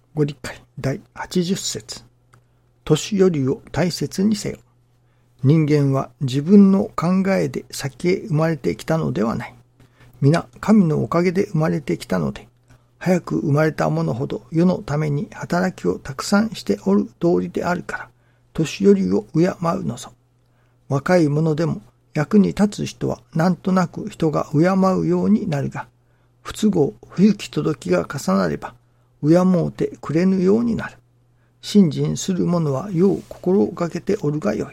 ご理解第80節。年寄りを大切にせよ。人間は自分の考えで先へ生まれてきたのではない。皆神のおかげで生まれてきたので、早く生まれた者ほど世のために働きをたくさんしておる通りであるから、年寄りを敬うのぞ。若い者でも役に立つ人はなんとなく人が敬うようになるが、不都合、不行き届きが重なれば、敬うてくれぬようになる。信心する者はよう心がけておるがよい。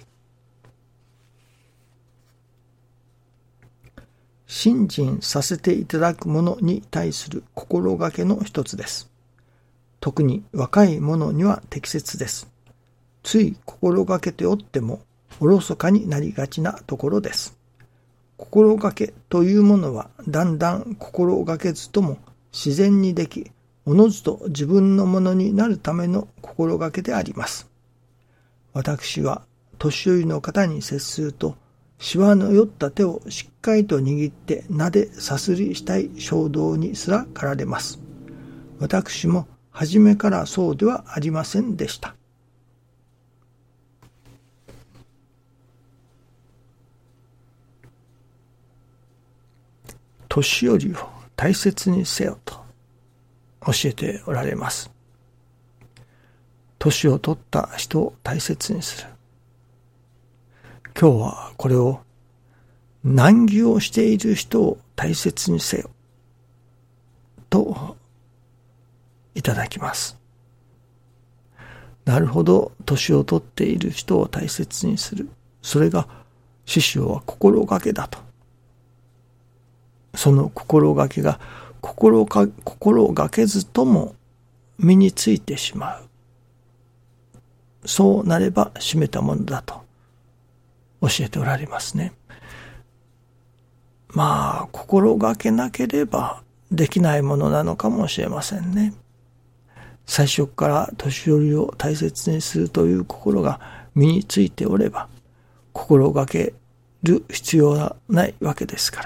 信心させていただく者に対する心がけの一つです。特に若い者には適切です。つい心がけておってもおろそかになりがちなところです。心がけというものはだんだん心がけずとも自然にでき、おのずと自分のものになるための心がけであります。私は年寄りの方に接すると、しわの寄った手をしっかりと握って撫でさすりしたい衝動にすら駆られます。私も初めからそうではありませんでした。年寄りを大切にせよと教えておられます。年を取った人を大切にする。今日はこれを難儀をしている人を大切にせよといただきます。なるほど、年を取っている人を大切にする。それが師匠は心がけだと。その心がけが心がけずとも身についてしまう。そうなれば締めたものだと教えておられますね。心がけなければできないものなのかもしれませんね。最初から年寄りを大切にするという心が身についておれば、心がける必要はないわけですから。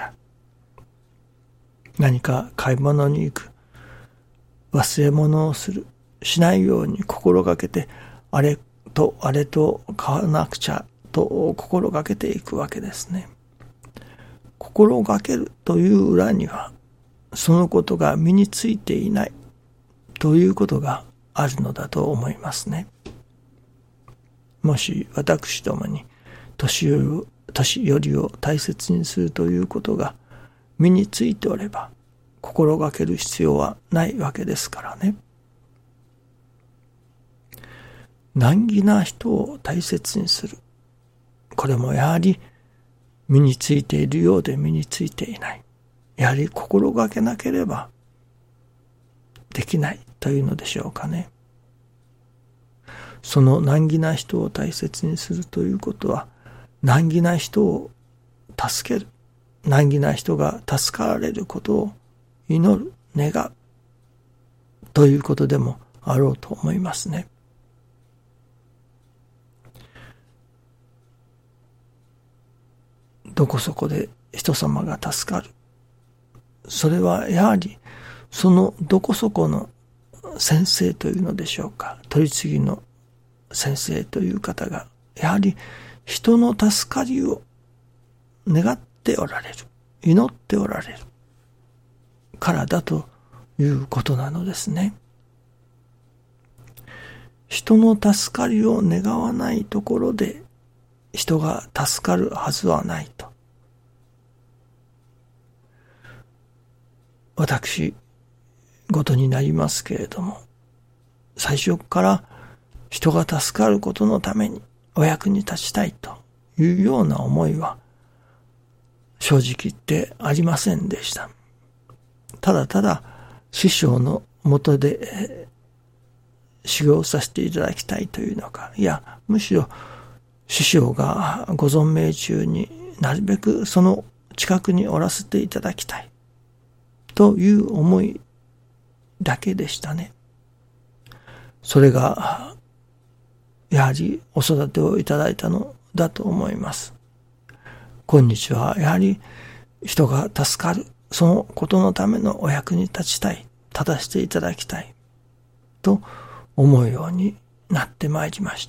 何か買い物に行く、忘れ物をする、しないように心がけて、あれとあれと買わなくちゃと心がけていくわけですね。心がけるという裏には、そのことが身についていないということがあるのだと思いますね。もし私どもに年寄りを大切にするということが身についておれば、心がける必要はないわけですからね。難儀な人を大切にする。これもやはり身についているようで身についていない。やはり心がけなければできないというのでしょうかね。その難儀な人を大切にするということは、難儀な人を助ける。難儀な人が助かられることを祈る、願うということでもあろうと思いますね。どこそこで人様が助かる。それはやはりそのどこそこの先生というのでしょうか。取り次ぎの先生という方がやはり人の助かりを願っておられる、祈っておられるからだということなのですね。人の助かりを願わないところで人が助かるはずはないと。私事になりますけれども、最初から人が助かることのためにお役に立ちたいというような思いは正直言ってありませんでした。ただただ師匠の下で修行させていただきたいというのか、いやむしろ師匠がご存命中になるべくその近くにおらせていただきたいという思いだけでしたね。それがやはりお育てをいただいたのだと思います。今日はやはり人が助かる、そのことのためのお役に立ちたい、立たせていただきたい。 と思うようになってまいりました。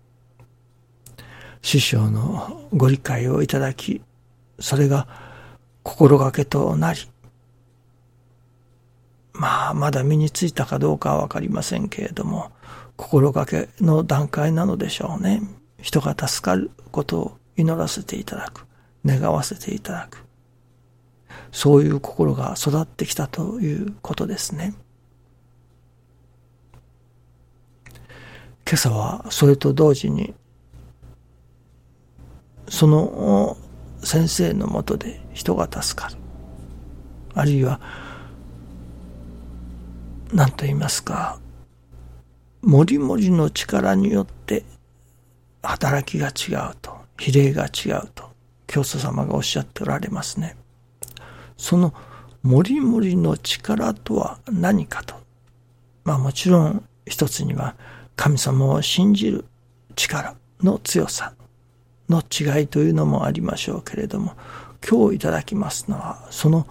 師匠のご理解をいただき、それが心がけとなり、まだ身についたかどうかはわかりませんけれども、心がけの段階なのでしょうね。人が助かることを祈らせていただく、願わせていただく。そういう心が育ってきたということですね。今朝はそれと同時に、その先生のもとで人が助かる。あるいは、何と言いますか、もりもりの力によって働きが違うと、比例が違うと、教祖様がおっしゃっておられますね。そのもりもりの力とは何かと。もちろん一つには神様を信じる力の強さの違いというのもありましょうけれども、今日いただきますのは、その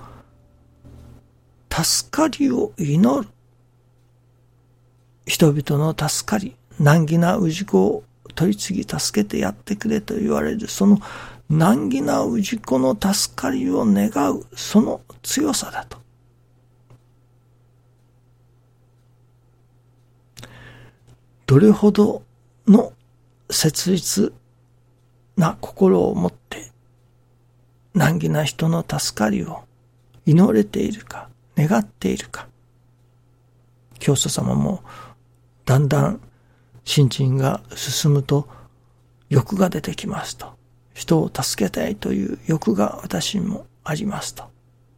助かりを祈る。人々の助かり、難儀な氏子を取り次ぎ助けてやってくれと言われる、その難儀な氏子の助かりを願う、その強さだと。どれほどの切実な心を持って難儀な人の助かりを祈れているか、願っているか。教祖様もだんだん信心が進むと欲が出てきますと。人を助けたいという欲が私にもありますと。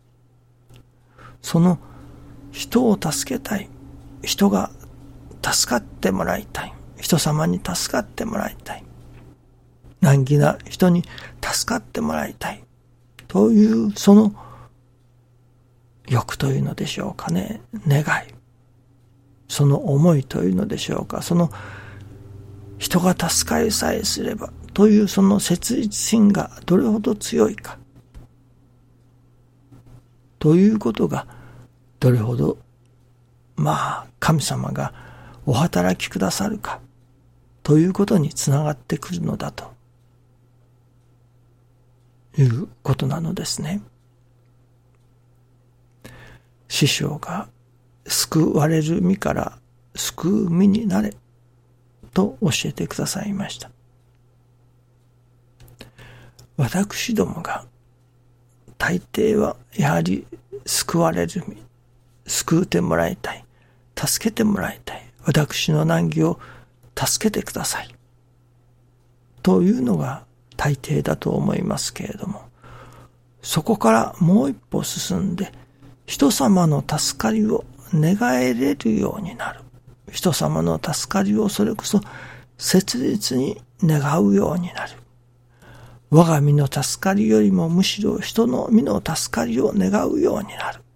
その人を助けたい、人が助かってもらいたい、人様に助かってもらいたい、難儀な人に助かってもらいたいというその欲というのでしょうかね、願い、その思いというのでしょうか、その人が助かりさえすればというその切実心がどれほど強いかということが、どれほど神様がお働きくださるかということにつながってくるのだということなのですね。師匠が救われる身から救う身になれと教えてくださいました。私どもが大抵はやはり救われる身、救うてもらいたい、助けてもらいたい、私の難儀を助けてくださいというのが大抵だと思いますけれども、そこからもう一歩進んで人様の助かりを願えれるようになる。人様の助かりをそれこそ切実に願うようになる。我が身の助かりよりもむしろ人の身の助かりを願うようになる。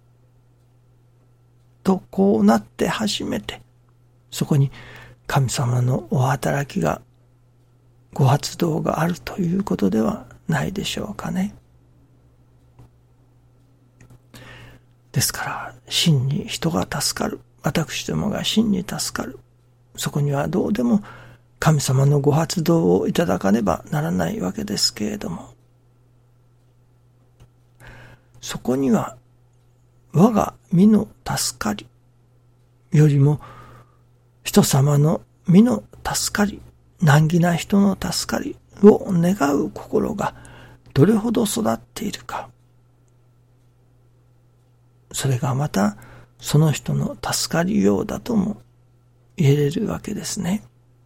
とこうなって初めて、そこに神様のお働きが、ご発動があるということではないでしょうかね。ですから、真に人が助かる。私どもが真に助かる。そこにはどうでも神様のご発動をいただかねばならないわけですけれども、そこには我が身の助かりよりも人様の身の助かり、難儀な人の助かりを願う心がどれほど育っているか、それがまたその人の助かりようだとも言えれるわけですね。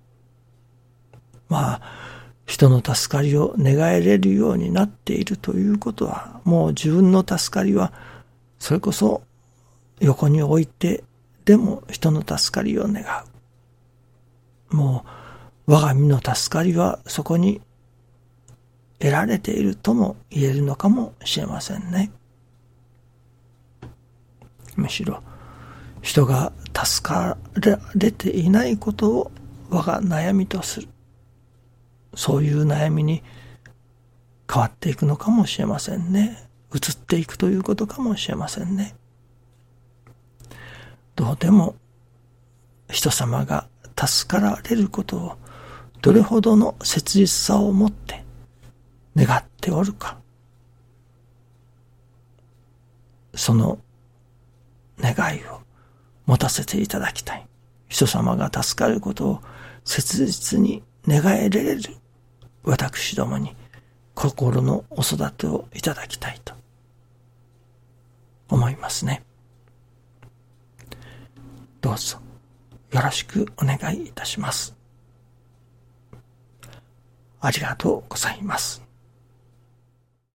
人の助かりを願えれるようになっているということは、もう自分の助かりはそれこそ横に置いてでも人の助かりを願う。もう我が身の助かりはそこに得られているとも言えるのかもしれませんね。むしろ人が助かられていないことを我が悩みとする。そういう悩みに変わっていくのかもしれませんね。移っていくということかもしれませんね。どうでも人様が助かられることをどれほどの切実さを持って願っておるか、その願いを持たせていただきたい。人様が助かることを切実に願えれる私どもに心のお育てをいただきたいと思いますね。どうぞよろしくお願いいたします。ありがとうございます。